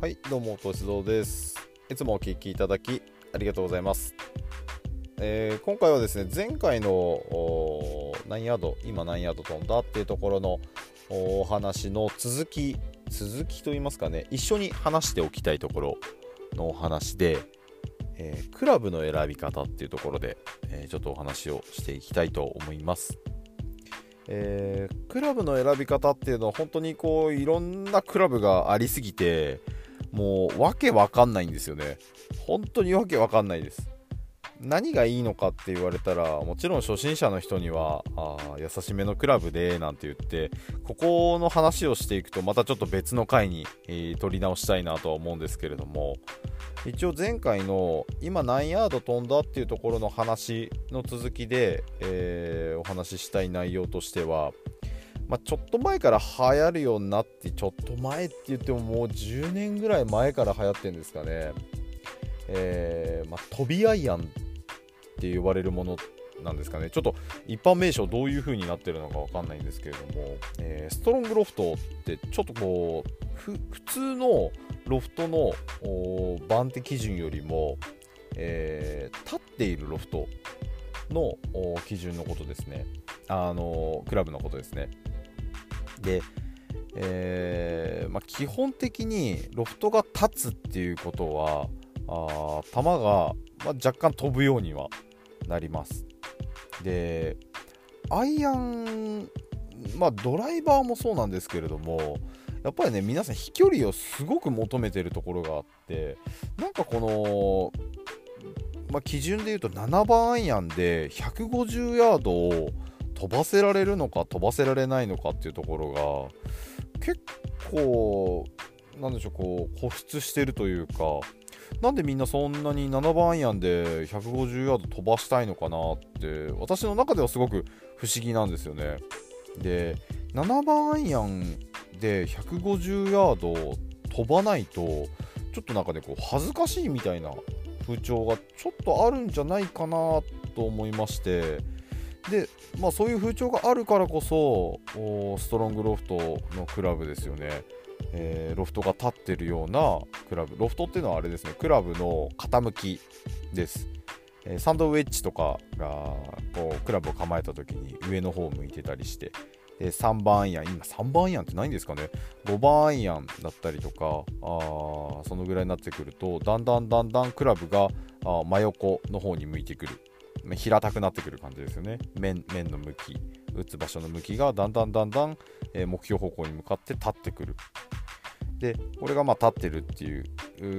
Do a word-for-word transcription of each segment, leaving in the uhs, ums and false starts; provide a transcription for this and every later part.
はい、どうもとしぞうです。いつもお聞きいただきありがとうございます。えー、今回はですね、前回の何ヤード今何ヤード飛んだっていうところのお話の続き続きといいますかね、一緒に話しておきたいところのお話で、えー、クラブの選び方っていうところで、えー、ちょっとお話をしていきたいと思います。えー、クラブの選び方っていうのは本当にこういろんなクラブがありすぎて、もうわけわかんないんですよね。本当にわけわかんないです。何がいいのかって言われたら、もちろん初心者の人にはあ優しめのクラブでなんて言って、ここの話をしていくとまたちょっと別の回に、えー、取り直したいなとは思うんですけれども、一応前回の今何ヤード飛んだっていうところの話の続きで、えー、お話ししたい内容としては、まあ、ちょっと前から流行るようになって、ちょっと前って言ってももうじゅうねんぐらい前から流行ってるんですかね。えーまあ、飛びアイアンって呼ばれるものなんですかね。ちょっと一般名称どういう風になってるのかわかんないんですけれども、えー、ストロングロフトってちょっとこうふ普通のロフトの番手基準よりも、えー、立っているロフトの基準のことですね。あのクラブのことですね。で、えーまあ、基本的にロフトが立つっていうことは、あ球が、まあ、若干飛ぶようにはなります。で、アイアン、まあ、ドライバーもそうなんですけれども、やっぱりね、皆さん飛距離をすごく求めてるところがあって、なんかこの、まあ、基準で言うとななばんアイアンでひゃくごじゅうヤードを飛ばせられるのか飛ばせられないのかっていうところが結構なんでしょう、こう固執してるというか、なんでみんなそんなにななばんアイアンでひゃくごじゅうヤード飛ばしたいのかなって私の中ではすごく不思議なんですよね。で、ななばんアイアンでひゃくごじゅうヤード飛ばないとちょっとなんかね、こう恥ずかしいみたいな風潮がちょっとあるんじゃないかなと思いまして、で、まあ、そういう風潮があるからこそストロングロフトのクラブですよね、えー、ロフトが立ってるようなクラブ、ロフトっていうのはあれですね、クラブの傾きです、えー、サンドウェッジとかがこうクラブを構えた時に上の方を向いてたりして、でさんばんアイアン、今さんばんアイアンってないんですかね、ごばんアイアンだったりとか、あそのぐらいになってくるとだんだんだんだんクラブがあ真横の方に向いてくる、平たくなってくる感じですよね。 面, 面の向き、打つ場所の向きがだんだんだんだん、えー、目標方向に向かって立ってくる。で、これがまあ立ってるっていう、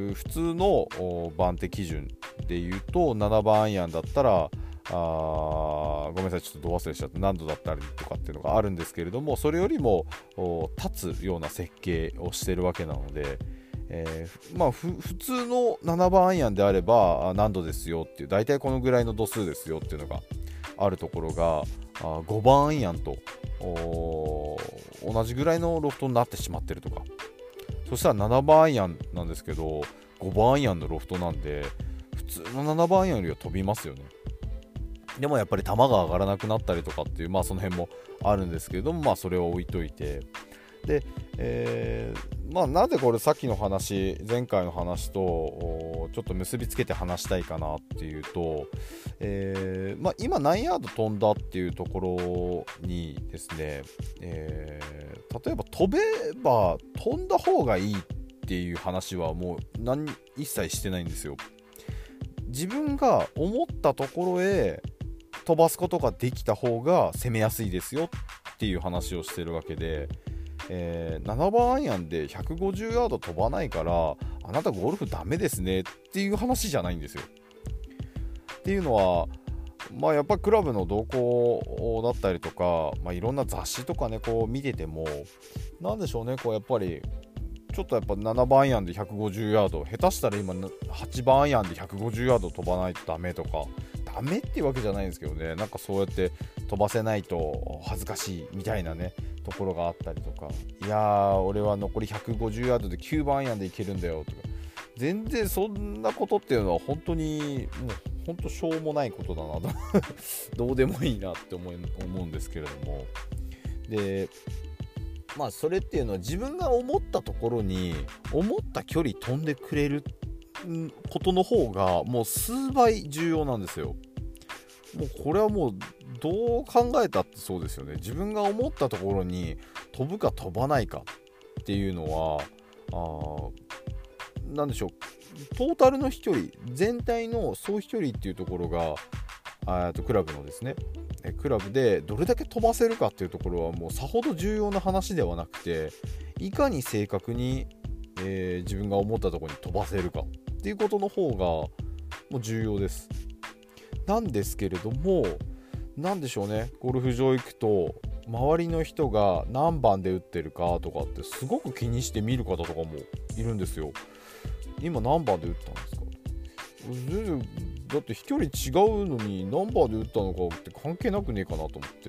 う普通の番手基準でいうとななばんアイアンだったら、あごめんなさい、ちょっとど忘れしちゃって何度だったりとかっていうのがあるんですけれども、それよりも立つような設計をしてるわけなので、えーまあ、普通のななばんアイアンであれば何度ですよっていう、大体このぐらいの度数ですよっていうのがあるところが、あごばんアイアンと同じぐらいのロフトになってしまってるとか、そしたらななばんアイアンなんですけどごばんアイアンのロフトなんで、普通のななばんアイアンよりは飛びますよね。でもやっぱり球が上がらなくなったりとかっていう、まあその辺もあるんですけれども、まあそれを置いといて、で、えー、まあなぜこれさっきの話、前回の話とちょっと結びつけて話したいかなっていうと、えーまあ、今何ヤード飛んだっていうところにですね、えー、例えば飛べば飛んだ方がいいっていう話はもう何一切してないんですよ。自分が思ったところへ飛ばすことができた方が攻めやすいですよっていう話をしてるわけで、えー、ななばんアイアンでひゃくごじゅうヤード飛ばないからあなたゴルフダメですねっていう話じゃないんですよ。っていうのは、まあ、やっぱりクラブの動向だったりとか、まあ、いろんな雑誌とかねこう見てても、なんでしょうね、こうやっぱりちょっとやっぱななばんアイアンでひゃくごじゅうヤード、下手したら今はちばんアイアンでひゃくごじゅうヤード飛ばないとダメとか、ダメっていうわけじゃないんですけどね、なんかそうやって飛ばせないと恥ずかしいみたいなねところがあったりとか、いやー俺は残りひゃくごじゅうヤードできゅうばんアイアンでいけるんだよとか、全然そんなことっていうのは本当にもう本当しょうもないことだなとどうでもいいなって思い思うんですけれども、でまあそれっていうのは自分が思ったところに思った距離飛んでくれることの方がもう数倍重要なんですよ。もうこれはもうどう考えたってそうですよね。自分が思ったところに飛ぶか飛ばないかっていうのはあなんでしょう、トータルの飛距離、全体の総飛距離っていうところがあとクラブのですねクラブでどれだけ飛ばせるかっていうところはもうさほど重要な話ではなくて、いかに正確に、えー、自分が思ったところに飛ばせるかっていうことの方がもう重要です。なんですけれども、なんでしょうね、ゴルフ場行くと周りの人が何番で打ってるかとかってすごく気にして見る方とかもいるんですよ。今何番で打ったんですか、全然だって飛距離違うのに何番で打ったのかって関係なくねえかなと思って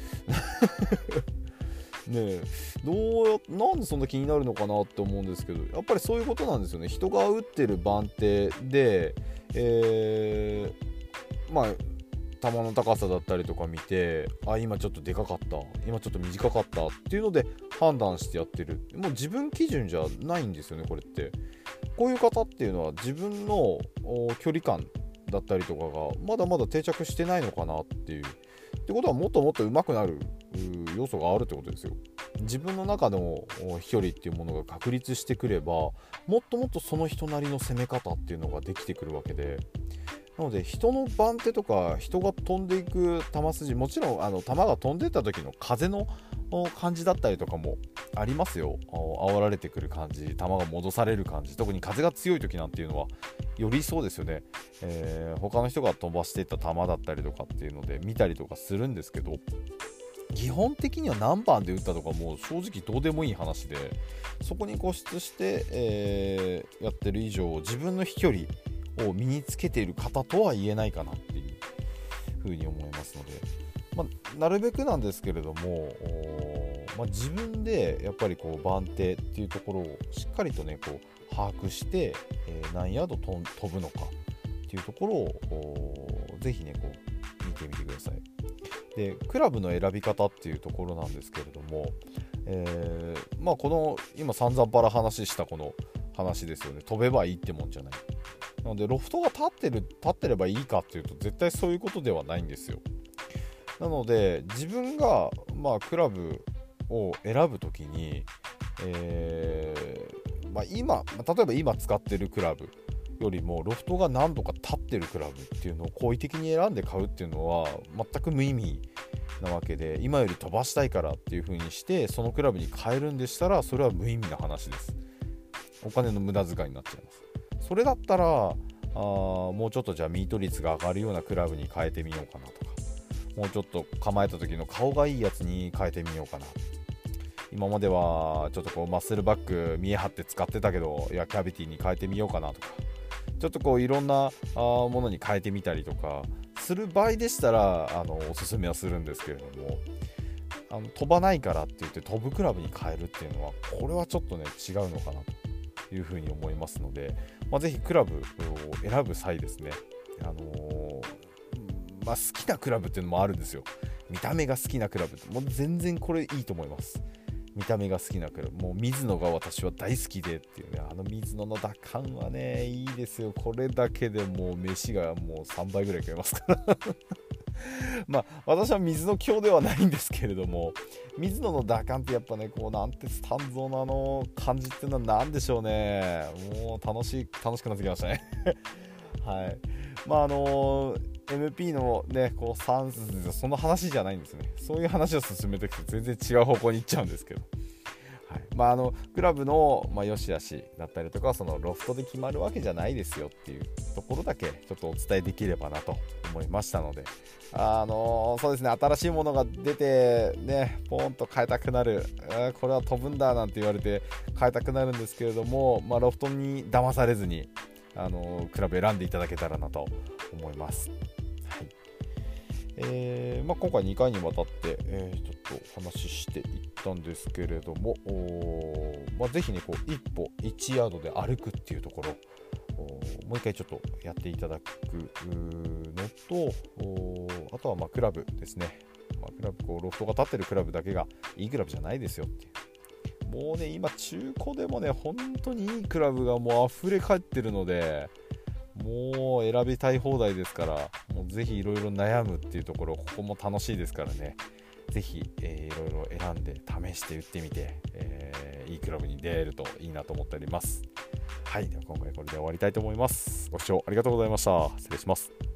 ねえ、どうなんでそんな気になるのかなって思うんですけど、やっぱりそういうことなんですよね。人が打ってる番手で、えー、まあ球の高さだったりとか見て、あ今ちょっとでかかった、今ちょっと短かったっていうので判断してやってる。もう自分基準じゃないんですよね、これって。こういう方っていうのは自分の距離感だったりとかがまだまだ定着してないのかなっていう。ってことはもっともっと上手くなる要素があるってことですよ。自分の中の飛距離っていうものが確立してくれば、もっともっとその人なりの攻め方っていうのができてくるわけで、なので人の番手とか人が飛んでいく球筋、もちろんあの球が飛んでいった時の風の感じだったりとかもありますよ。煽られてくる感じ、球が戻される感じ、特に風が強い時なんていうのはよりそうですよね。えー、他の人が飛ばしていった球だったりとかっていうので見たりとかするんですけど、基本的には何番で打ったとかもう正直どうでもいい話で、そこに固執して、えー、やってる以上自分の飛距離を身につけている方とは言えないかなっていうふうに思いますので、まあ、なるべくなんですけれども、まあ、自分でやっぱりこう番手っていうところをしっかりとねこう把握して、えー、何ヤード飛ぶのかっていうところをぜひねこう見てみてください。でクラブの選び方っていうところなんですけれども、えーまあ、この今散々パラ話したこの話ですよね。飛べばいいってもんじゃない。なのでロフトが立ってる立ってればいいかっていうと絶対そういうことではないんですよ。なので自分が、まあ、クラブを選ぶときに、えーまあ、今例えば今使ってるクラブよりもロフトが何度か立ってるクラブっていうのを好意的に選んで買うっていうのは全く無意味なわけで、今より飛ばしたいからっていう風にしてそのクラブに変えるんでしたらそれは無意味な話です。お金の無駄遣いになっちゃいます。それだったらあもうちょっとじゃあミート率が上がるようなクラブに変えてみようかなとか、もうちょっと構えた時の顔がいいやつに変えてみようかな。今まではちょっとこうマッスルバック見え張って使ってたけど、いやキャビティに変えてみようかなとか、ちょっとこういろんなあものに変えてみたりとかする場合でしたらあのおすすめはするんですけれども、あの飛ばないからって言って飛ぶクラブに変えるっていうのはこれはちょっとね違うのかなというふうに思いますので、まあ、ぜひクラブを選ぶ際ですね、あのーまあ、好きなクラブっていうのもあるんですよ。見た目が好きなクラブってもう全然これいいと思います。見た目が好きなクラブ、もう水野が私は大好きでっていうね、あの水野の打感はねいいですよ。これだけでもう飯がもうさんばいぐらい食えますからまあ私は水野強ではないんですけれども、水野の打感ってやっぱねこうなんてスタンゾーのあの感じっていうのは何でしょうね。もう楽しい楽しくなってきましたねはい、まああのーエムピー のねこうサンスでその話じゃないんですね。そういう話を進めていくと全然違う方向に行っちゃうんですけど、はい、まああのクラブの、まあ、良し悪しだったりとかそのロフトで決まるわけじゃないですよっていうところだけちょっとお伝えできればなと思いましたので、あのー、そうですね、新しいものが出てねポーンと変えたくなる、これは飛ぶんだなんて言われて変えたくなるんですけれども、まあ、ロフトに騙されずにあのー、クラブ選んでいただけたらなと思います。はい、えーまあ、今回にかいにわたって、えー、ちょっとお話ししていったんですけれども、まあ、ぜひねこう一歩いちヤードで歩くっていうところもう一回ちょっとやっていただくのと、あとはまあクラブですね、まあ、クラブこうロフトが立ってるクラブだけがいいクラブじゃないですよっていう、 もうね今中古でもね本当にいいクラブがもう溢れ返ってるので、もう選びたい放題ですから、もうぜひいろいろ悩むっていうところ、ここも楽しいですからね、ぜひ、えー、いろいろ選んで試して打ってみて、えー、いいクラブに出会えるといいなと思っております。はい、では今回これで終わりたいと思います。ご視聴ありがとうございました。失礼します。